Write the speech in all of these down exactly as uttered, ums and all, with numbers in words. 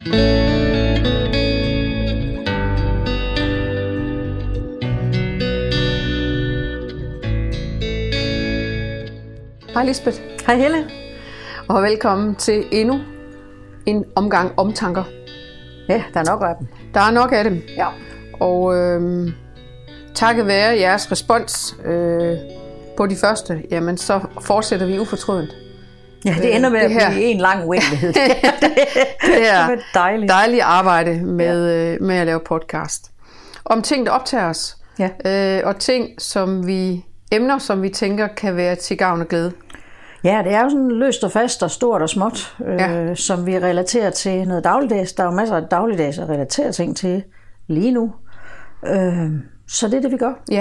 Hej Lisbeth. Hej Helle. Og velkommen til endnu en omgang omtanker. Ja, der er nok af dem. Der er nok af dem. Ja. Og øh, takket være jeres respons øh, på de første, jamen så fortsætter vi ufortrødent. Ja, det ender med det at her. blive en lang uendelighed. det, det er dejligt. dejligt arbejde med, ja. øh, med at lave podcast. Om ting, der optager os. Ja. Øh, og ting, som vi, emner, som vi tænker kan være til gavn og glæde. Ja, det er jo sådan løst og fast og stort og småt, øh, ja. som vi relaterer til noget dagligdags. Der er jo masser af dagligdags at relatere ting til lige nu. Øh, så det er det, vi gør. Ja.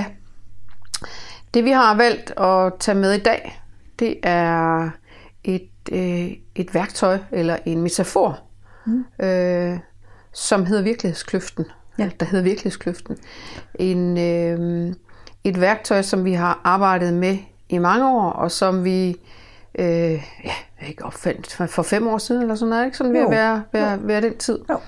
Det, vi har valgt at tage med i dag, det er et, øh, et værktøj eller en metafor, mm. øh, som hedder virkelighedskløften. Ja. Der hedder virkelighedskløften. En, øh, et værktøj, som vi har arbejdet med i mange år, og som vi øh, ja, ikke opfandt for fem år siden, eller sådan noget, ikke? Sådan ved at være, være, være den tid. Jo.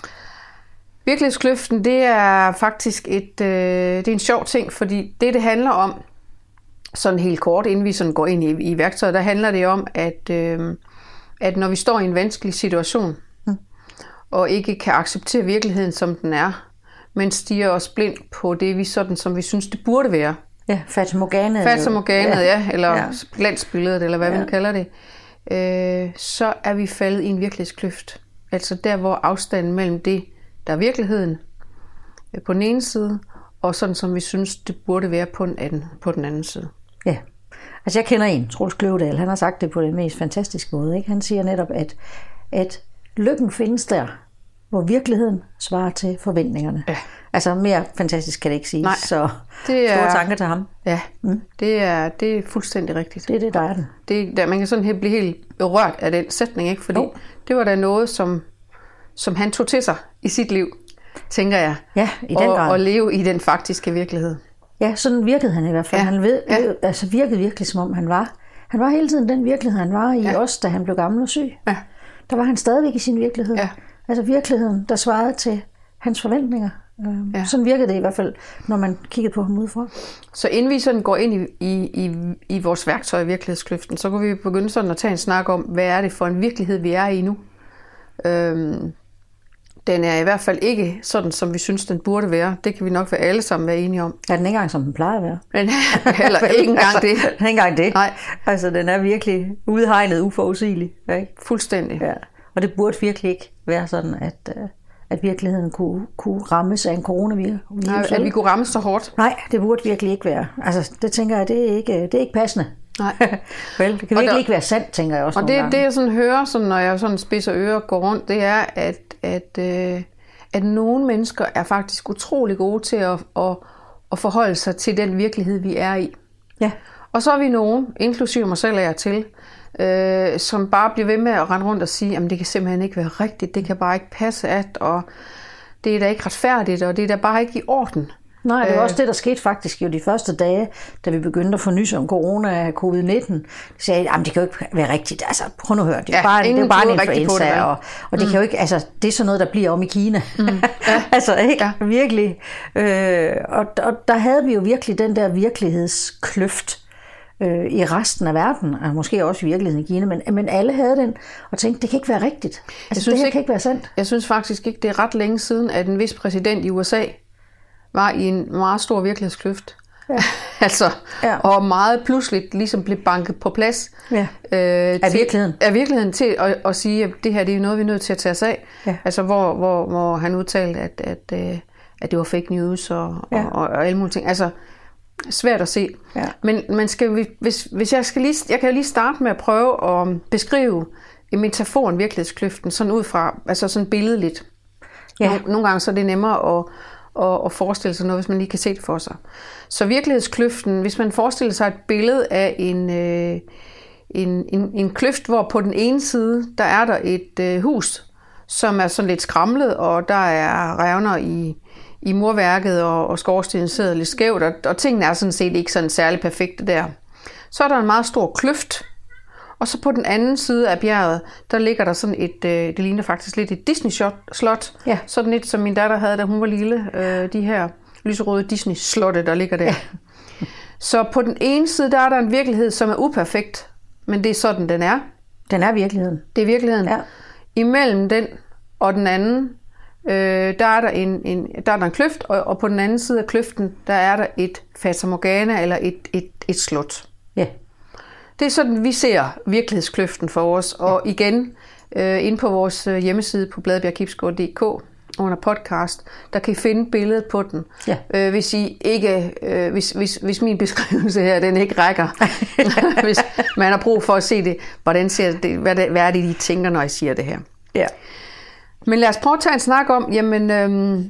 Virkelighedskløften, det er faktisk et, øh, det er en sjov ting, fordi det, det handler om, sådan helt kort, inden vi sådan går ind i, i værktøjet, der handler det om, at, øh, at når vi står i en vanskelig situation, mm. og ikke kan acceptere virkeligheden, som den er, men stiger os blind på det, vi sådan, som vi synes, det burde være. Ja, fatamorganet. Fatamorganet, ja. ja, eller ja. glansbilledet, eller hvad ja. man kalder det. Øh, så er vi faldet i en virkelighedskløft. Altså der, hvor afstanden mellem det, der er virkeligheden, på den ene side, og sådan, som vi synes, det burde være på den anden, på den anden side. Ja, altså jeg kender en, Troels Kløvedal, han har sagt det på den mest fantastiske måde. Ikke? Han siger netop, at, at lykken findes der, hvor virkeligheden svarer til forventningerne. Ja. Altså mere fantastisk kan det ikke sige. Nej, så det er, store tanker til ham. Ja, mm. det, er, det er fuldstændig rigtigt. Det er det, der er den. Det, der, man kan sådan helt blive helt rørt af den sætning, ikke? Fordi oh. det var da noget, som, som han tog til sig i sit liv, tænker jeg. Ja, i den og, grad. Og leve i den faktiske virkelighed. Ja, sådan virkede han i hvert fald. Ja. Han ved, ja. altså virkede virkelig, som om han var. Han var hele tiden den virkelighed, han var i ja. os, da han blev gammel og syg. Ja. Der var han stadigvæk i sin virkelighed. Ja. Altså virkeligheden, der svarede til hans forventninger. Ja. Sådan virkede det i hvert fald, når man kiggede på ham udefra. Så inden vi sådan går ind i, i, i, i vores værktøj i virkelighedskløften, så kunne vi begynde sådan at tage en snak om, hvad er det for en virkelighed, vi er i nu. Øhm, den er i hvert fald ikke sådan, som vi synes, den burde være. Det kan vi nok være alle sammen være enige om. Ja, den er ikke engang, som den plejer at være. Men heller ikke engang det. Den er ikke engang det. Nej. Altså, den er virkelig udhegnet, uforudsigelig. Ikke? Fuldstændig. Ja. Og det burde virkelig ikke være sådan, at, at virkeligheden kunne, kunne rammes af en coronavirus. Nej, at vi kunne rammes så hårdt. Nej, det burde virkelig ikke være. Altså, det tænker jeg, det er ikke, det er ikke passende. Nej. Vel, det kan virkelig der, ikke være sandt, tænker jeg også. Og det, det jeg sådan hører, sådan, når jeg sådan spidser ører og går rundt, det er, at, at, øh, at nogle mennesker er faktisk utrolig gode til at, at, at forholde sig til den virkelighed, vi er i. Ja. Og så er vi nogen, inklusive mig selv er jeg til, øh, som bare bliver ved med at rende rundt og sige, at det kan simpelthen ikke være rigtigt, det kan bare ikke passe at, og det er da ikke retfærdigt, og det er da bare ikke i orden. Nej, det var også det, der skete faktisk jo de første dage, da vi begyndte at få nys om corona og covid nitten. De sagde, at det kan jo ikke være rigtigt. Altså, prøv nu at høre, det er ja, bare, det er bare en influenza, og, og det mm. kan jo ikke, altså, det er sådan noget, der bliver om i Kina. Mm. Ja. altså, ikke? Ja. Virkelig. Øh, og, og der havde vi jo virkelig den der virkelighedskløft øh, i resten af verden, og måske også i virkeligheden i Kina, men, men alle havde den, og tænkte, det kan ikke være rigtigt. Altså, det her ikke, kan ikke være sandt. Jeg synes faktisk ikke, det er ret længe siden, at en vis præsident i U S A var i en meget stor virkelighedskløft. Ja. altså, ja. Og meget pludseligt ligesom blev banket på plads. Ja. Øh, af virkeligheden. Af virkeligheden til at, at sige, at det her det er noget, vi er nødt til at tage os af. Ja. Altså, hvor, hvor, hvor han udtalte, at, at, at det var fake news og, ja. og, og, og alle mulige ting. Altså, svært at se. Ja. Men man skal, hvis, hvis jeg skal lige, jeg kan lige starte med at prøve at beskrive metaforen virkelighedskløften, sådan ud fra, altså sådan billedligt. Ja. Nogle, nogle gange så er det nemmere at og, og forestille sig noget, hvis man lige kan se det for sig. Så virkelighedskløften, hvis man forestiller sig et billede af en, øh, en, en, en kløft, hvor på den ene side, der er der et øh, hus, som er sådan lidt skramlet, og der er revner i, i murværket, og, og skorstenen sidder lidt skævt, og, og tingene er sådan set ikke sådan særlig perfekte der. Så er der en meget stor kløft, Og så på den anden side af bjerget, der ligger der sådan et, øh, det ligner faktisk lidt et Disney-slot. Ja. Sådan lidt, som min datter havde, da hun var lille. Øh, de her lyserøde Disney-slotte, der ligger der. Ja. Så på den ene side, der er der en virkelighed, som er uperfekt. Men det er sådan, den er. Den er virkeligheden. Det er virkeligheden. Ja. Imellem den og den anden, øh, der, er der, en, en, der er der en kløft, og, og på den anden side af kløften, der er der et Fata Morgana, eller et, et, et slot. Ja. Det er sådan, vi ser virkelighedskløften for os. Og ja. igen, øh, inde på vores hjemmeside på bladbjergkibsgaard punktum d k, under podcast, der kan I finde billedet på den. Ja. Øh, hvis, I ikke, øh, hvis, hvis, hvis min beskrivelse her, den ikke rækker. Hvis man har brug for at se det, hvordan ser det, hvad, det, hvad er det, I tænker, når I siger det her. Ja. Men lad os prøve at tage en snak om, jamen, øhm,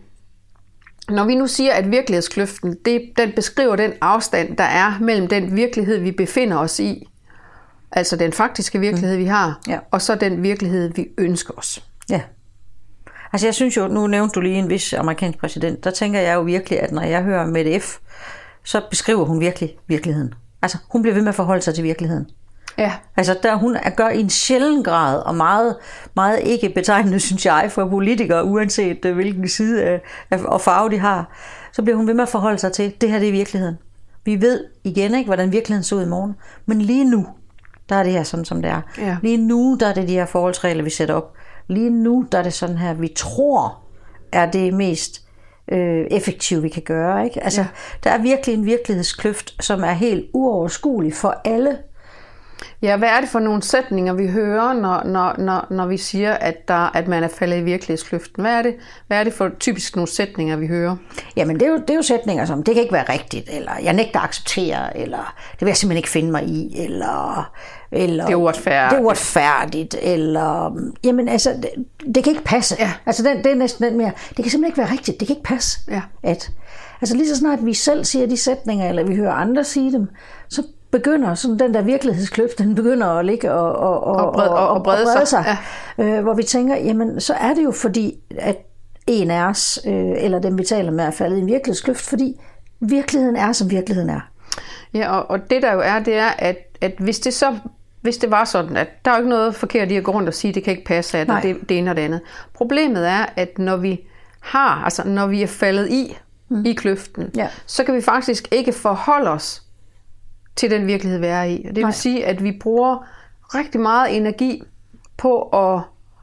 når vi nu siger, at virkelighedskløften, det, den beskriver den afstand, der er mellem den virkelighed, vi befinder os i, altså den faktiske virkelighed, mm. vi har, ja. og så den virkelighed, vi ønsker os. Ja. Altså jeg synes jo, nu nævnte du lige en vis amerikansk præsident, der tænker jeg jo virkelig, at når jeg hører Mette F., så beskriver hun virkelig virkeligheden. Altså hun bliver ved med at forholde sig til virkeligheden. Ja. Altså der hun gør i en sjælden grad, og meget, meget ikke betegnende, synes jeg, for politikere, uanset hvilken side af, af, og farve de har, så bliver hun ved med at forholde sig til, det her det er virkeligheden. Vi ved igen ikke, hvordan virkeligheden så ud i morgen, men lige nu, der er det her sådan, som det er. Ja. Lige nu, der er det de her forholdsregler, vi sætter op. Lige nu, der er det sådan her, vi tror, er det mest øh, effektive, vi kan gøre. Ikke? Altså, ja. Der er virkelig en virkelighedskløft, som er helt uoverskuelig for alle. Ja, hvad er det for nogle sætninger, vi hører, når, når, når, når vi siger, at, der, at man er faldet i virkelighedskløften? Hvad er det, hvad er det for typisk nogle sætninger, vi hører? Jamen, det er, jo, det er jo sætninger som, det kan ikke være rigtigt, eller jeg nægter at acceptere, eller det vil jeg simpelthen ikke finde mig i, eller... eller det er uretfærdigt. Det er uretfærdigt, eller... Jamen, altså, det, det kan ikke passe. Ja. Altså, den, det er næsten den mere... Det kan simpelthen ikke være rigtigt, det kan ikke passe. Ja. At, altså, lige så snart vi selv siger de sætninger, eller vi hører andre sige dem, så begynder sådan den der virkelighedskløft, den begynder at ligge og, og, og, og, bred, og, og brede, og brede sig. sig. Ja. Øh, hvor vi tænker, jamen så er det jo fordi, at en af os, øh, eller dem vi taler med, er faldet i en virkelighedskløft, fordi virkeligheden er, som virkeligheden er. Ja, og, og det der jo er, det er, at, at hvis det så hvis det var sådan, at der er jo ikke noget forkert i at gå rundt og sige, at det kan ikke passe, at det, det ene og det andet. Problemet er, at når vi har, altså når vi er faldet i, mm. i kløften, ja. så kan vi faktisk ikke forholde os til den virkelighed, vi er i. Og det vil Nej. sige, at vi bruger rigtig meget energi på at,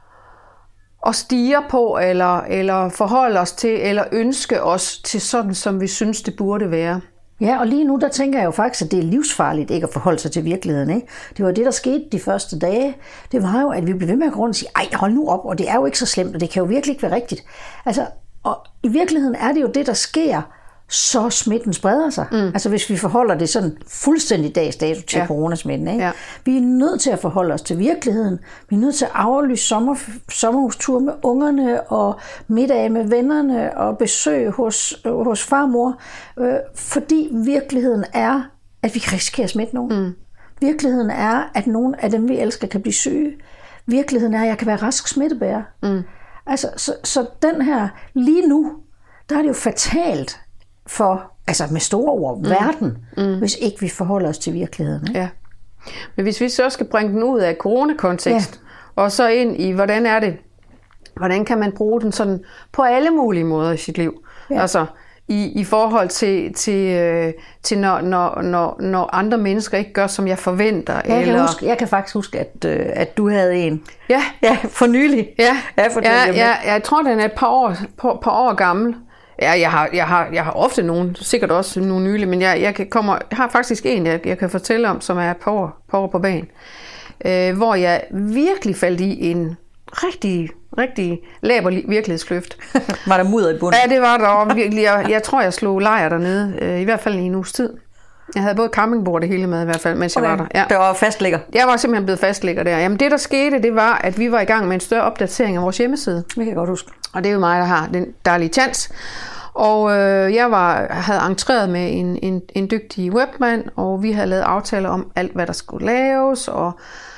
at stige på, eller, eller forholde os til, eller ønske os til sådan, som vi synes, det burde være. Ja, og lige nu, der tænker jeg jo faktisk, at det er livsfarligt ikke at forholde sig til virkeligheden. Ikke? Det var det, der skete de første dage. Det var jo, at vi blev ved med at gå rundt og sige, ej, hold nu op, og det er jo ikke så slemt, og det kan jo virkelig ikke være rigtigt. Altså, og i virkeligheden er det jo det, der sker, så smitten spreder sig. Mm. Altså hvis vi forholder det sådan fuldstændig dags dato til ja. coronasmitten. Ikke? Ja. Vi er nødt til at forholde os til virkeligheden. Vi er nødt til at aflyse sommer, sommerhustur med ungerne og middage med vennerne og besøg hos, hos farmor. Øh, fordi virkeligheden er, at vi kan risikere at smitte nogen. Mm. Virkeligheden er, at nogen af dem, vi elsker, kan blive syge. Virkeligheden er, at jeg kan være rask smittebærer. Mm. Altså, så, så den her, lige nu, der er det jo fatalt for, altså med store ord, mm. verden, mm. hvis ikke vi forholder os til virkeligheden. Ikke? Ja. Men hvis vi så skal bringe den ud af coronakontekst, ja. og så ind i, hvordan er det, hvordan kan man bruge den sådan på alle mulige måder i sit liv? Ja. Altså i, i forhold til, til, øh, til når, når, når, når andre mennesker ikke gør, som jeg forventer. Jeg, eller... kan, huske, jeg kan faktisk huske, at, øh, at du havde en. Ja. Ja, for nylig. Ja, ja, ja, ja jeg tror, den er et par år, par, par år gammel. Ja, jeg har, jeg har, jeg har ofte nogen, sikkert også nogle nylige, men jeg, jeg, kan kommer, jeg har faktisk en, jeg, jeg kan fortælle om, som er et par år, par år på banen, øh, hvor jeg virkelig faldt i en rigtig, rigtig laber virkelighedskløft. Var der mudder i bunden? Ja, det var der virkelig. Jeg, jeg tror, jeg slog lejr dernede, øh, i hvert fald i en uges tid. Jeg havde både campingbord det hele med i hvert fald, mens okay. jeg var der. Ja. Det var fastligger? Jeg var simpelthen blevet fastligger der. Jamen det, der skete, det var, at vi var i gang med en større opdatering af vores hjemmeside. Det kan jeg godt huske. Og det er jo mig, der har den dejlige chance. Og øh, jeg var, havde entreret med en, en, en dygtig webmand, og vi havde lavet aftaler om alt, hvad der skulle laves, og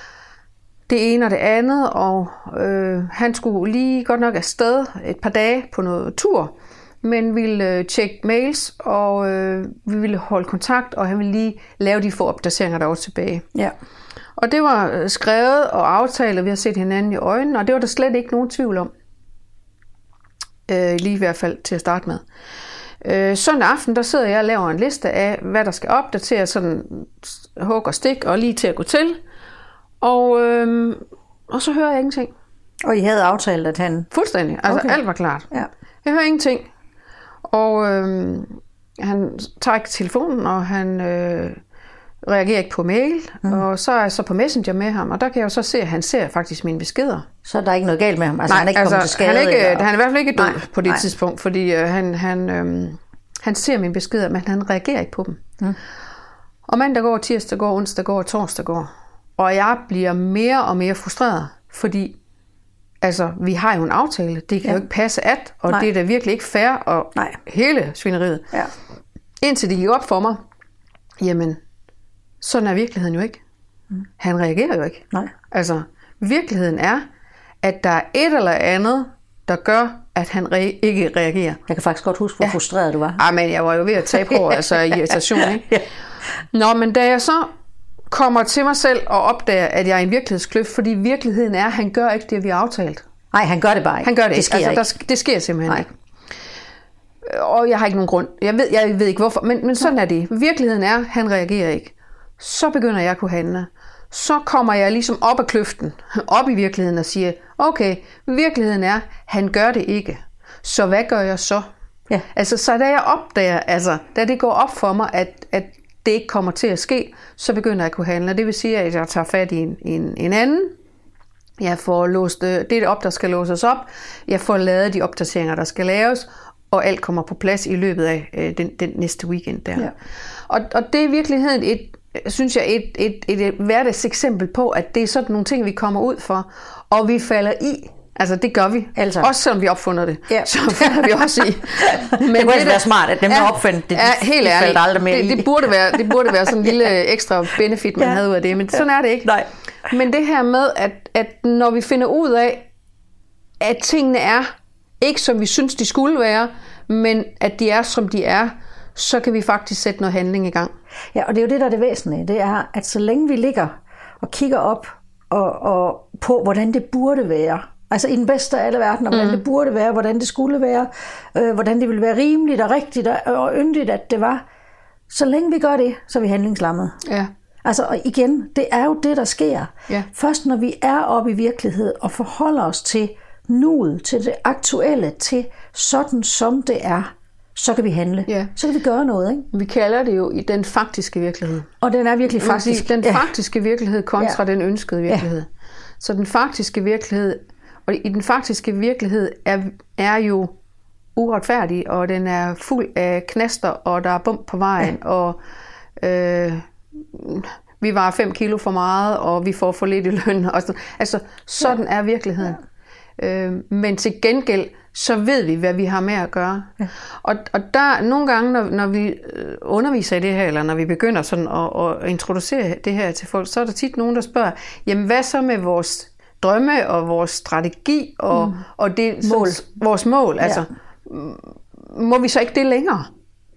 det ene og det andet, og øh, han skulle lige godt nok afsted et par dage på noget tur, men ville øh, tjekke mails, og øh, vi ville holde kontakt, og han ville lige lave de få opdateringer, der var tilbage. Ja. Og det var skrevet og aftalt, og vi har set hinanden i øjnene, og det var der slet ikke nogen tvivl om. Øh, lige i hvert fald til at starte med. Øh, søndag aften, der sidder jeg og laver en liste af, hvad der skal opdateres, sådan hug og stik, og lige til at gå til. Og, øh, og så hører jeg ingenting. Og I havde aftalt, at han... Fuldstændig. Altså okay. Alt var klart. Ja. Jeg hører ingenting. Og øh, han tager ikke telefonen, og han øh, reagerer ikke på mail. Mm. Og så er jeg så på Messenger med ham, og der kan jeg jo så se, at han ser faktisk mine beskeder. Så er der ikke noget galt med ham? Altså, Nej, han er ikke altså, kommet til skade? Han er, ikke, eller... han er i hvert fald ikke død nej, på det nej. tidspunkt, fordi øh, han, han, øh, han ser mine beskeder, men han reagerer ikke på dem. Mm. Og mandag går, tirsdag går, onsdag går, torsdag går. Og jeg bliver mere og mere frustreret, fordi altså, vi har jo en aftale. Det kan ja. jo ikke passe at, og Nej. det er da virkelig ikke fair, og Nej. hele svineriet. Ja. Indtil det gik op for mig, jamen, sådan er virkeligheden jo ikke. Mm. Han reagerer jo ikke. Nej. Altså, virkeligheden er, at der er et eller andet, der gør, at han re- ikke reagerer. Jeg kan faktisk godt huske, hvor ja. frustreret du var. Ah, men jeg var jo ved at tabe hår, altså irritation, ikke? ja. Nå, men da jeg så kommer til mig selv og opdager, at jeg er i en virkelighedskløft, fordi virkeligheden er, at han gør ikke det, vi har aftalt. Nej, han gør det bare ikke. Han gør det, det ikke. Sker altså, der, det sker simpelthen Nej. ikke. Og jeg har ikke nogen grund. Jeg ved, jeg ved ikke hvorfor, men, men sådan er det. Virkeligheden er, at han reagerer ikke. Så begynder jeg at kunne handle. Så kommer jeg ligesom op af kløften, op i virkeligheden og siger, okay, virkeligheden er, at han gør det ikke. Så hvad gør jeg så? Ja. Altså, så da jeg opdager, altså, da det går op for mig, at, at det ikke kommer til at ske, så begynder jeg at kunne handle. Det vil sige, at jeg tager fat i en, en, en anden. Jeg får låst det, det op, der skal låses op. Jeg får lavet de opdateringer, der skal laves, og alt kommer på plads i løbet af øh, den, den næste weekend der. Ja. Og, og det er i virkeligheden et, synes jeg, et, et, et, et hverdagseksempel på, at det er sådan nogle ting, vi kommer ud for, og vi falder i. Altså, det gør vi. Altså. Også selvom vi opfunder det. Ja. Så falder vi også i. Men det kunne det være smart, at dem, der opfandt det, ja, helt de faldt aldrig mere det, i. Det burde være, det burde være sådan en lille ekstra benefit, man ja. havde ud af det. Men sådan er det ikke. Nej. Men det her med, at, at når vi finder ud af, at tingene er ikke som vi synes, de skulle være, men at de er, som de er, så kan vi faktisk sætte noget handling i gang. Ja, og det er jo det, der er det væsentlige. Det er, at så længe vi ligger og kigger op og, og på, hvordan det burde være, altså i den bedste af alle verden, og hvordan mm. det burde være, hvordan det skulle være, øh, hvordan det ville være rimeligt og rigtigt og, og yndigt, at det var. Så længe vi gør det, så er vi handlingslammet. Ja. Altså, og igen, det er jo det, der sker. Ja. Først når vi er oppe i virkelighed og forholder os til nuet, til det aktuelle, til sådan som det er, så kan vi handle. Ja. Så kan vi gøre noget, ikke? Vi kalder det jo i den faktiske virkelighed. Og den er virkelig faktisk. Den faktiske virkelighed kontra ja. den ønskede virkelighed. Ja. Så den faktiske virkelighed, og i den faktiske virkelighed er, er jo uretfærdig, og den er fuld af knaster, og der er bump på vejen, ja. og øh, vi var fem kilo for meget, og vi får for lidt i løn. Og sådan. Altså, sådan ja. er virkeligheden. Ja. Øh, men til gengæld, så ved vi, hvad vi har med at gøre. Ja. Og, og der nogle gange, når, når vi underviser i det her, eller når vi begynder sådan at, at introducere det her til folk, så er der tit nogen, der spørger, jamen hvad så med vores drømme og vores strategi og, mm. og det, mål. Så, vores mål? Altså, ja. Må vi så ikke det længere?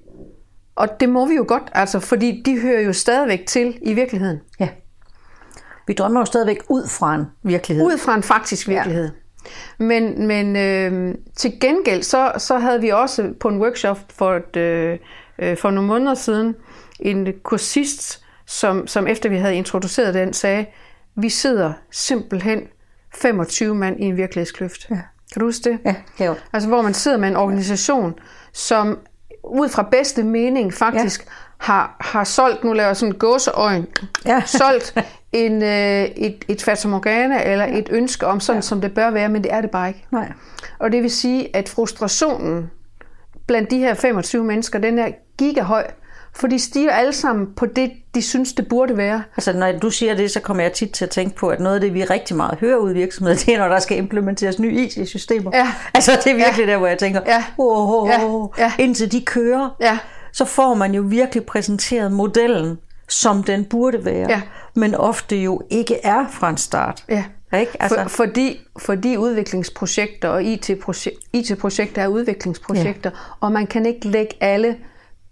Og det må vi jo godt, altså, fordi de hører jo stadigvæk til i virkeligheden. Ja. Vi drømmer jo stadigvæk ud fra en virkelighed. Ud fra en faktisk virkelighed. Ja. Men, men øh, til gengæld, så, så havde vi også på en workshop for, et, øh, for nogle måneder siden, en kursist, som, som efter vi havde introduceret den, sagde, vi sidder simpelthen femogtyve mand i en virkelighedskløft. Ja. Kan du huske det? Ja, ja. Altså hvor man sidder med en organisation, som ud fra bedste mening faktisk ja. har, har solgt, nu laver jeg sådan en gåseøjne, ja. solgt en, øh, et, et fatamorgana eller ja. et ønske om sådan, ja. som det bør være, men det er det bare ikke. Nej. Og det vil sige, at frustrationen blandt de her femogtyve mennesker, den er gigahøj, for de stiger alle sammen på det, de synes, det burde være. Altså, når du siger det, så kommer jeg tit til at tænke på, at noget af det, vi rigtig meget hører ud i virksomheder, det er, når der skal implementeres nye I T-systemer. Ja. Altså, det er virkelig ja. der, hvor jeg tænker, ja. oh, oh, oh, ja. Ja. indtil de kører, ja. så får man jo virkelig præsenteret modellen, som den burde være, ja. men ofte jo ikke er fra en start. Ja. Ikke? Altså. For, fordi, fordi udviklingsprojekter og I T-projekter I T-projekter er udviklingsprojekter, ja. og man kan ikke lægge alle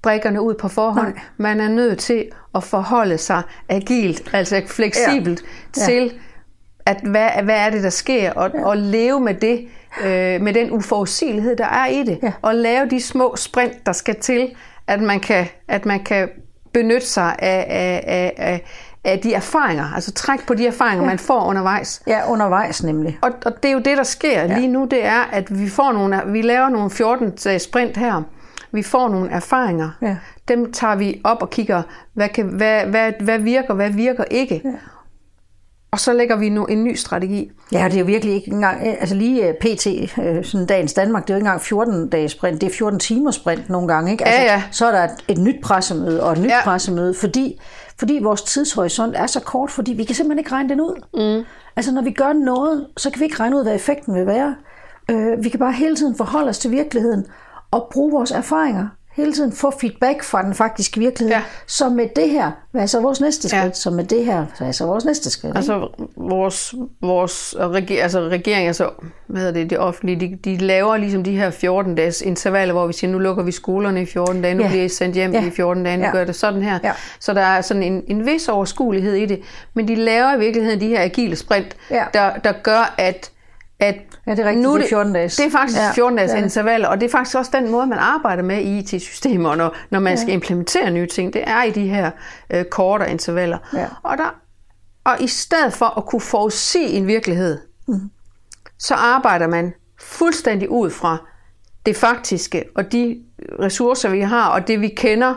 brikkerne ud på forhånd. Nej. Man er nødt til at forholde sig agilt, altså fleksibelt ja. til, ja. at hvad, hvad er det, der sker, og, ja. og leve med det, øh, med den uforudsigelighed, der er i det, ja. og lave de små sprint, der skal til, at man kan, at man kan benytte sig af, af, af, af, af de erfaringer, altså træk på de erfaringer, ja. man får undervejs. Ja, undervejs nemlig. Og, og det er jo det, der sker ja. lige nu, det er, at vi, får nogle, vi laver nogle fjorten sprint her, vi får nogle erfaringer, ja. dem tager vi op og kigger, hvad, kan, hvad, hvad, hvad virker, hvad virker ikke. Ja. Og så lægger vi nu en ny strategi. Ja, det er jo virkelig ikke engang, altså lige P T, sådan dagens Danmark, det er jo ikke engang fjorten dages sprint, det er fjorten timers sprint nogle gange, ikke? Altså, ja, ja. Så er der et, et nyt pressemøde og et nyt ja. pressemøde, fordi, fordi vores tidshorisont er så kort, fordi vi kan simpelthen ikke regne den ud. Mm. Altså når vi gør noget, så kan vi ikke regne ud, hvad effekten vil være. Øh, vi kan bare hele tiden forholde os til virkeligheden og bruge vores erfaringer. Hele tiden få feedback fra den faktiske virkelighed. Ja. Så med det her, hvad er så vores næste skridt? Ja. Så med det her, hvad er så vores næste skridt? Altså vores, vores reger, altså regering, altså, hvad hedder det, det offentlige, de, de laver ligesom de her fjorten dages intervaller, hvor vi siger, nu lukker vi skolerne i fjorten dage, nu ja. bliver I sendt hjem ja. i fjorten dage, nu ja. gør det sådan her. Ja. Så der er sådan en, en vis overskuelighed i det. Men de laver i virkeligheden de her agile sprint, ja. der, der gør, at at ja, det er rigtigt, nu det er fjorten dages. Det er faktisk ja, fjorten dages ja. intervaller, og det er faktisk også den måde, man arbejder med i I T-systemer, når, når man ja. skal implementere nye ting. Det er i de her øh, kortere intervaller. Ja. Og, der, og i stedet for at kunne forudse en virkelighed, mm. så arbejder man fuldstændig ud fra det faktiske, og de ressourcer, vi har, og det vi kender,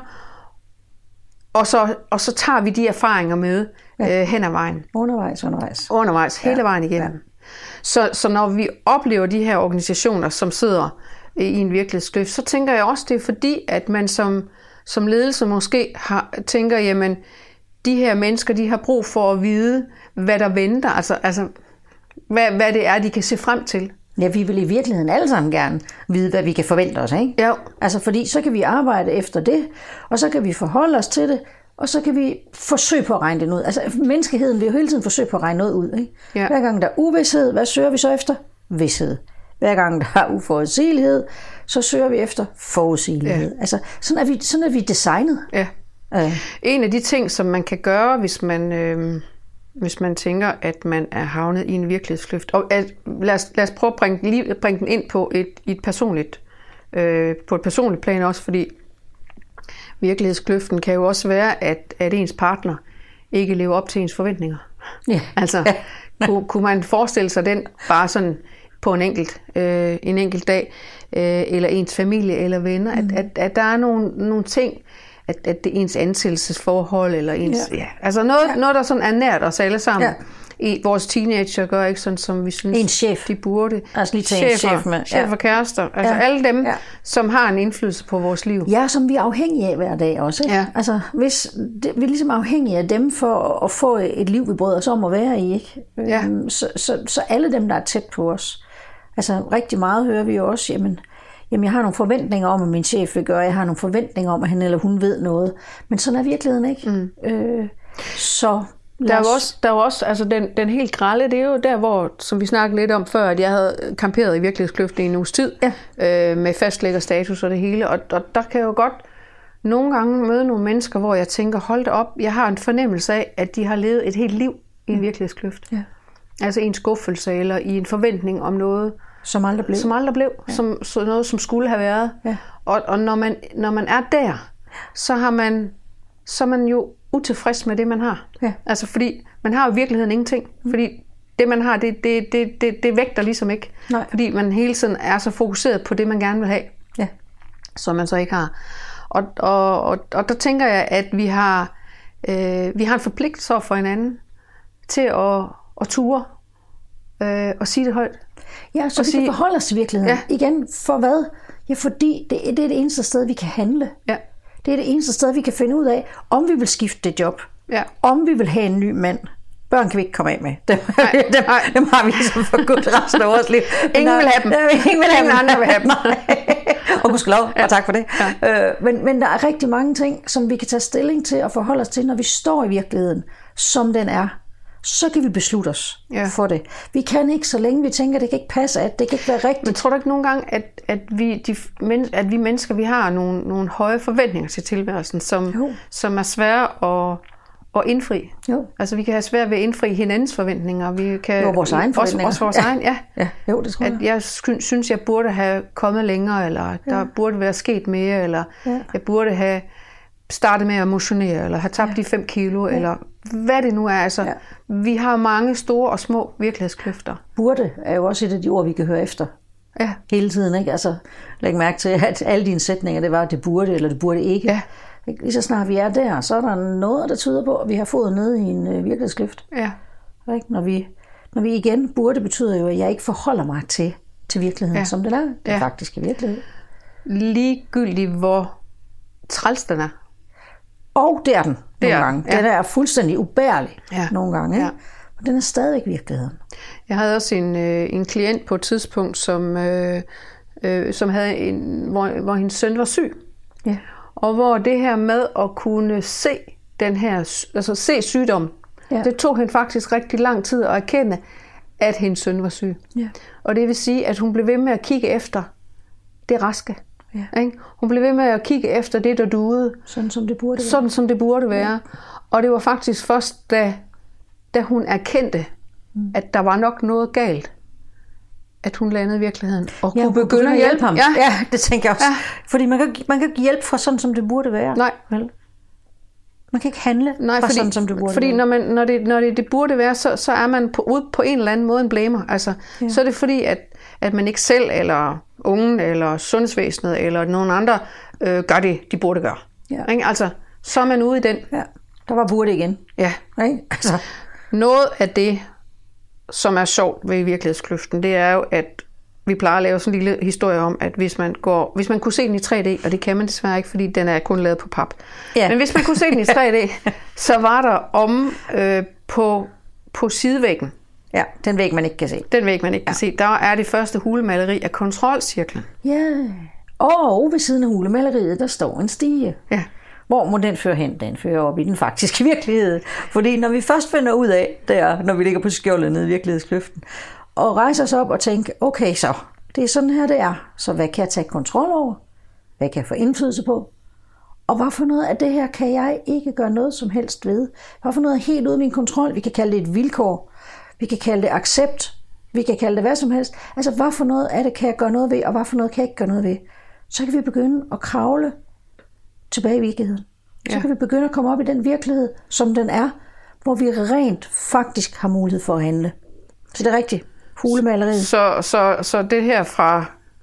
og så, og så tager vi de erfaringer med ja. øh, hen ad vejen. Undervejs, undervejs. Undervejs, hele ja. vejen igennem. Ja. Så, så når vi oplever de her organisationer, som sidder i en virkelighedskløft, så tænker jeg også, det er fordi, at man som, som ledelse måske har, tænker, jamen, de her mennesker, de har brug for at vide, hvad der venter, altså, altså hvad, hvad det er, de kan se frem til. Ja, vi vil i virkeligheden alle sammen gerne vide, hvad vi kan forvente os, ikke? Ja. Altså, fordi så kan vi arbejde efter det, og så kan vi forholde os til det, og så kan vi forsøge på at regne det ud. Altså, menneskeheden vil jo hele tiden forsøge på at regne noget ud, ikke? Ja. Hver gang der er uvished, hvad søger vi så efter? Vished. Hver gang der er uforudsigelighed, så søger vi efter forudsigelighed. Ja. Altså, sådan er vi, sådan er vi designet. Ja. Øh. En af de ting, som man kan gøre, hvis man, øh, hvis man tænker, at man er havnet i en virkelighedskløft, og at, lad, os, lad os prøve at bringe, lige, bringe den ind på et, et personligt, øh, på et personligt plan også, fordi virkelighedskløften kan jo også være, at, at ens partner ikke lever op til ens forventninger. Ja. Altså, kunne, kunne man forestille sig den bare sådan på en enkelt, øh, en enkelt dag, øh, eller ens familie eller venner, mm. at, at, at der er nogle, nogle ting, at, at det er ens ansættelsesforhold, eller ens, ja. Ja, altså noget, ja. noget, der sådan er nært os alle sammen. Ja. I, vores teenager gør ikke sådan, som vi synes, en chef. de burde. Altså lige tage en chef med. Chef og kærester. Altså ja. alle dem, ja. som har en indflydelse på vores liv. Ja, som vi er afhængige af hver dag også. Ikke? Ja. Altså, hvis, det, vi er ligesom afhængige af dem for at få et liv, vi bryder os om at være i. Ikke? Ja. Så, så, så alle dem, der er tæt på os. Altså rigtig meget hører vi jo også, jamen, jamen jeg har nogle forventninger om, at min chef vil gøre. Jeg har nogle forventninger om, at han eller hun ved noget. Men sådan er virkeligheden ikke. Mm. Øh, så... Der er jo også, der er jo også altså den, den helt grelle, det er jo der, hvor, som vi snakkede lidt om før, at jeg havde kamperet i virkelighedskløften i en uges tid, ja. øh, med fastlæggerstatus og det hele, og, og der kan jeg jo godt nogle gange møde nogle mennesker, hvor jeg tænker, hold da op, jeg har en fornemmelse af, at de har levet et helt liv i en virkelighedskløft. Ja. Altså i en skuffelse, eller i en forventning om noget, som aldrig blev, som, aldrig blev, ja. som så noget, som skulle have været. Ja. Og, og når, man, når man er der, så har man, så er man jo utilfreds med det, man har. Ja. Altså fordi man har jo i virkeligheden ingenting. Mm. Fordi det, man har, det, det, det, det, det vægter ligesom ikke. Nej. Fordi man hele tiden er så fokuseret på det, man gerne vil have. Ja. Som man så ikke har. Og, og, og, og der tænker jeg, at vi har, øh, vi har en forpligtelse for hinanden til at, at ture øh, og sige det højt. Ja, så vi sige, kan forholde os til virkeligheden. Ja. Igen, for hvad? Ja, fordi det, det er det eneste sted, vi kan handle. Ja. Det er det eneste sted, vi kan finde ud af, om vi vil skifte det job. Ja. Om vi vil have en ny mand. Børn kan vi ikke komme af med. Dem, nej, dem, nej. dem har vi ligesom for godt resten af vores liv. Ingen vil have dem. Ingen vil have Ingen andre vil have dem. Og gudskelov, ja. Og tak for det. Ja. Øh, men, men der er rigtig mange ting, som vi kan tage stilling til og forholde os til, når vi står i virkeligheden, som den er. så kan vi beslutte os ja. for det. Vi kan ikke, så længe vi tænker, det kan ikke passe, at det kan ikke være rigtigt. Men tror du ikke nogle gange, at, at, vi, de, at vi mennesker, vi har nogle, nogle høje forventninger til tilværelsen, som, som er svære at, at indfri? Jo. Altså vi kan have svært ved at indfri hinandens forventninger. Vi kan, jo, vores egne forventninger. Også, også vores ja. egen, ja. ja. Jo, det tror jeg. At jeg synes, jeg burde have kommet længere, eller der ja. burde være sket mere, eller ja. jeg burde have startet med at motionere, eller have tabt ja. de fem kilo, ja. eller hvad det nu er. Altså, ja. vi har mange store og små virkelighedskløfter. Burde er jo også et af de ord, vi kan høre efter. Ja. Hele tiden, ikke? Altså, læg mærke til, at alle dine sætninger, det var, at det burde, eller det burde ikke. Ja. Lige så snart vi er der, så er der noget, der tyder på, at vi har fået nede i en øh, virkelighedskløft. Ja. Ikke? Når vi, når vi igen burde, betyder jo, at jeg ikke forholder mig til, til virkeligheden, ja. som den er. Den ja. faktiske virkelighed. Ligegyldigt, hvor træls den er. Og det er den nogle er, gange. Ja. Den er fuldstændig ubærlig ja. nogle gange. Ikke? Ja. Og den er stadigvæk virkeligheden. Jeg havde også en, øh, en klient på et tidspunkt, som, øh, øh, som havde en, hvor, hvor hendes søn var syg. Ja. Og hvor det her med at kunne se den her, altså se sygdom, ja. det tog hende faktisk rigtig lang tid at erkende, at hendes søn var syg. Ja. Og det vil sige, at hun blev ved med at kigge efter det raske. Ja. Ikke? Hun blev ved med at kigge efter det, der duede. Sådan som det burde være. Sådan som det burde være. Ja. Og det var faktisk først, da, da hun erkendte, mm. at der var nok noget galt, at hun landede i virkeligheden. Og ja, kunne begynde, begynde at hjælpe ham. Ja, ja, det tænker jeg også. Ja. Fordi man kan, man kan ikke hjælpe fra sådan, som det burde være. Nej. Vel? Man kan ikke handle Nej, fra fordi, sådan, som det burde fordi være. Fordi når, når, det, når det, det burde være, så, så er man på, ude på en eller anden måde en blamer. Altså, ja. Så er det fordi, at, at man ikke selv, eller ungen, eller sundhedsvæsenet, eller nogen andre, øh, gør det, de burde gøre. Ja. Ikke? Altså, så er man ude i den. Ja. Der var burde igen. Ja. Ikke? Altså. Noget af det, som er sjovt ved virkelighedskløften, det er jo, at vi plejer at lave sådan en lille historie om, at hvis man går, hvis man kunne se den i tre D, og det kan man desværre ikke, fordi den er kun lavet på pap. Ja. Men hvis man kunne se den i tre D, så var der om øh, på, på sidevæggen. Ja, den væg, man ikke kan se. Den væg, man ikke kan ja. se. Der er det første hulemaleri af kontrolcirklen. Ja, og ved siden af hulemaleriet, der står en stige. Ja. Hvor må den føre hen? Den fører op i den faktiske virkelighed. Fordi når vi først finder ud af, der, når vi ligger på skjoldet nede i virkelighedskløften, og rejser os op og tænker, okay så, det er sådan her det er, så hvad kan jeg tage kontrol over? Hvad kan jeg få indflydelse på? Og hvad for noget af det her kan jeg ikke gøre noget som helst ved? Hvad for noget er helt ude af min kontrol? Vi kan kalde det et vilkår, vi kan kalde det accept, vi kan kalde det hvad som helst. Altså hvad for noget af det kan jeg gøre noget ved, og hvad for noget kan jeg ikke gøre noget ved? Så kan vi begynde at kravle tilbage i virkeligheden. Så ja. kan vi begynde at komme op i den virkelighed, som den er, hvor vi rent faktisk har mulighed for at handle. Så det er rigtigt. Hulemaleriet. Så, så, så det her fra,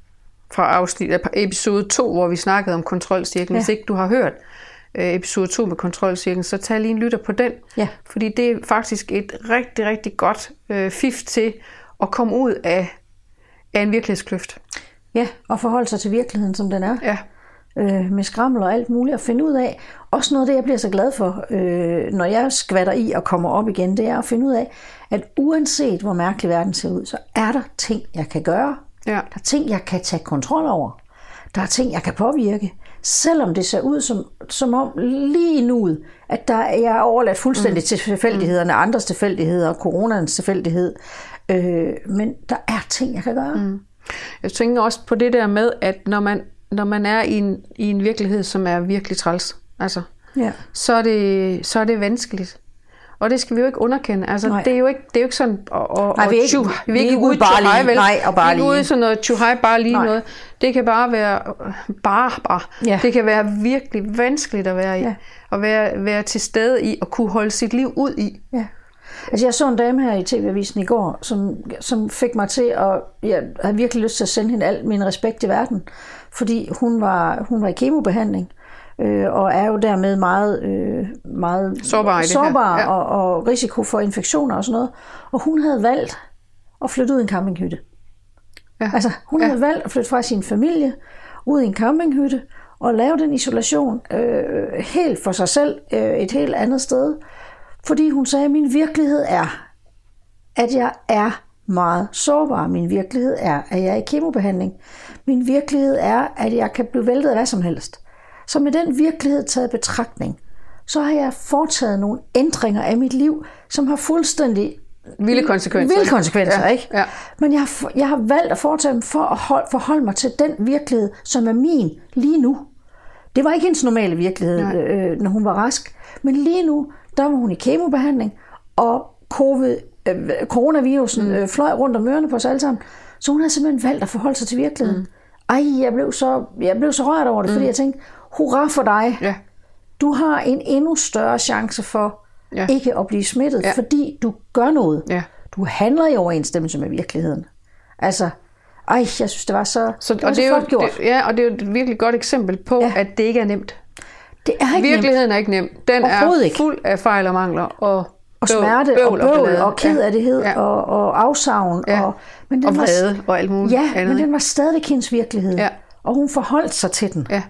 fra afsnit, episode to, hvor vi snakkede om kontrolcirklen, ja. hvis ikke du har hørt episode to med kontrolcirklen, så tag lige en lytter på den. Ja. Fordi det er faktisk et rigtig, rigtig godt øh, fif til at komme ud af, af en virkelighedskløft. Ja, og forholde sig til virkeligheden, som den er. Ja. Øh, med skrammel og alt muligt at finde ud af. Også noget af det, jeg bliver så glad for, øh, når jeg skvatter i og kommer op igen, det er at finde ud af, at uanset hvor mærkelig verden ser ud, så er der ting, jeg kan gøre. Ja. Der er ting, jeg kan tage kontrol over. Der er ting, jeg kan påvirke. Selvom det ser ud som, som om lige nu, at der er jeg overladt fuldstændig mm. til tilfældighederne, mm. andres tilfældigheder og coronans tilfældighed. Øh, men der er ting, jeg kan gøre. Mm. Jeg tænker også på det der med, at når man når man er i en, i en virkelighed, som er virkelig træls, altså, ja. så, er det, så er det vanskeligt. Og det skal vi jo ikke underkende. Altså, det er jo ikke, det er jo ikke sådan, og, og, nej, vi er ikke, tju, vi er ikke ude bare lige, vel? Nej, og bare vi er ikke ude i sådan noget tjuhej, bare lige nej. noget. Det kan bare være, bare, bare. Ja. Det kan være virkelig vanskeligt at være i, ja. og være, være til stede i, og kunne holde sit liv ud i. Ja. Altså jeg så en dame her i T V-avisen i går, som, som fik mig til at, jeg havde virkelig lyst til at sende hende al min respekt i verden, fordi hun var, hun var i kemobehandling, øh, og er jo dermed meget, øh, meget sårbar, sårbar ja. og, og risiko for infektioner og sådan noget. Og hun havde valgt at flytte ud i en campinghytte. Ja. Altså hun ja. havde valgt at flytte fra sin familie ud i en campinghytte og lave den isolation øh, helt for sig selv øh, et helt andet sted. Fordi hun sagde, at min virkelighed er, at jeg er meget sårbar. Min virkelighed er, at jeg er i kemobehandling. Min virkelighed er, at jeg kan blive væltet af hvad som helst. Så med den virkelighed taget betragtning, så har jeg foretaget nogle ændringer af mit liv, som har fuldstændig vilde konsekvenser. Vilde konsekvenser, ja, ikke? Ja. Men jeg har, jeg har valgt at foretage dem for at hold, forholde mig til den virkelighed, som er min lige nu. Det var ikke hendes normale virkelighed, øh, når hun var rask. Men lige nu, der var hun i kemobehandling, og COVID, øh, coronavirusen øh, fløj rundt om ørerne på os alle sammen. Så hun har simpelthen valgt at forholde sig til virkeligheden. Mm. Ej, jeg blev, så, jeg blev så rørt over det, mm. fordi jeg tænkte, hurra for dig. Ja. Du har en endnu større chance for ja. ikke at blive smittet, ja. fordi du gør noget. Ja. Du handler i overensstemmelse med virkeligheden. Altså, ej, jeg synes, det var så, så, det var og så det flot jo, gjort. Det, ja, og det er jo et virkelig godt eksempel på, ja. at det ikke er nemt. Det er ikke virkeligheden nemt. er ikke nem. Den er ikke. fuld af fejl og mangler. Og, og smerte bøvl, og bøvl og, og kedelighed ja. og, og afsavn. Ja. Og, men den og vrede og alt muligt ja, andet. men den var stadigvæk hendes virkelighed. Ja. Og hun forholdt sig til den. Ja.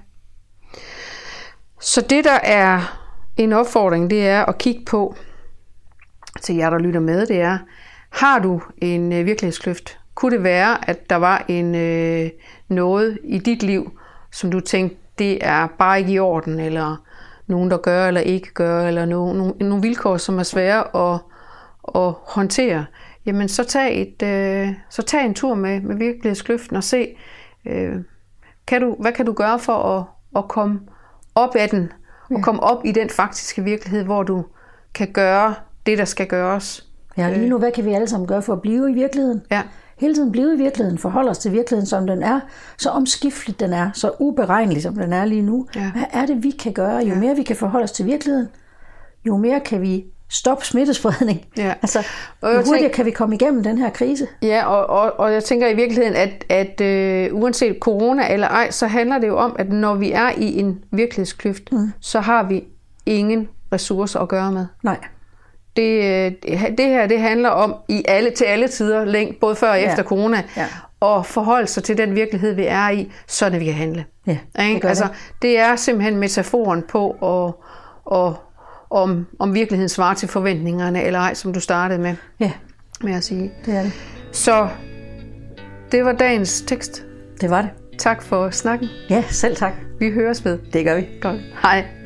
Så det, der er en opfordring, det er at kigge på, til jer, der lytter med, det er, har du en øh, virkelighedskløft? Kunne det være, at der var en øh, noget i dit liv, som du tænkte, det er bare ikke i orden, eller nogen, der gør eller ikke gør, eller nogle, nogle, nogle vilkår, som er svære at, at håndtere? Jamen, så tag, et, øh, så tag en tur med, med virkelighedskløften og se, øh, kan du, hvad kan du gøre for at, at komme op af den, og komme op i den faktiske virkelighed, hvor du kan gøre det, der skal gøres. Ja, lige nu, hvad kan vi alle sammen gøre for at blive i virkeligheden? Ja. Hele tiden blive i virkeligheden, forholde os til virkeligheden, som den er, så omskiftelig den er, så uberegnelig, som den er lige nu. Ja. Hvad er det, vi kan gøre? Jo ja. mere vi kan forholde os til virkeligheden, jo mere kan vi stoppe smittespredning. Ja. Altså, jo hurtigere tænker, kan vi komme igennem den her krise. Ja, og, og, og jeg tænker i virkeligheden, at, at øh, uanset corona eller ej, så handler det jo om, at når vi er i en virkelighedskløft, mm. så har vi ingen ressourcer at gøre med. Nej. Det, det her, det handler om i alle, til alle tider, længe, både før og efter ja. corona, ja. og forholde sig til den virkelighed, vi er i, så vi kan handle. Ja, det, altså, det. det er simpelthen metaforen på, og, og, om, om virkeligheden svarer til forventningerne, eller ej, som du startede med, ja. med at sige. Det er det. Så det var dagens tekst. Det var det. Tak for snakken. Ja, selv tak. Vi høres ved. Det gør vi. Godt. Hej.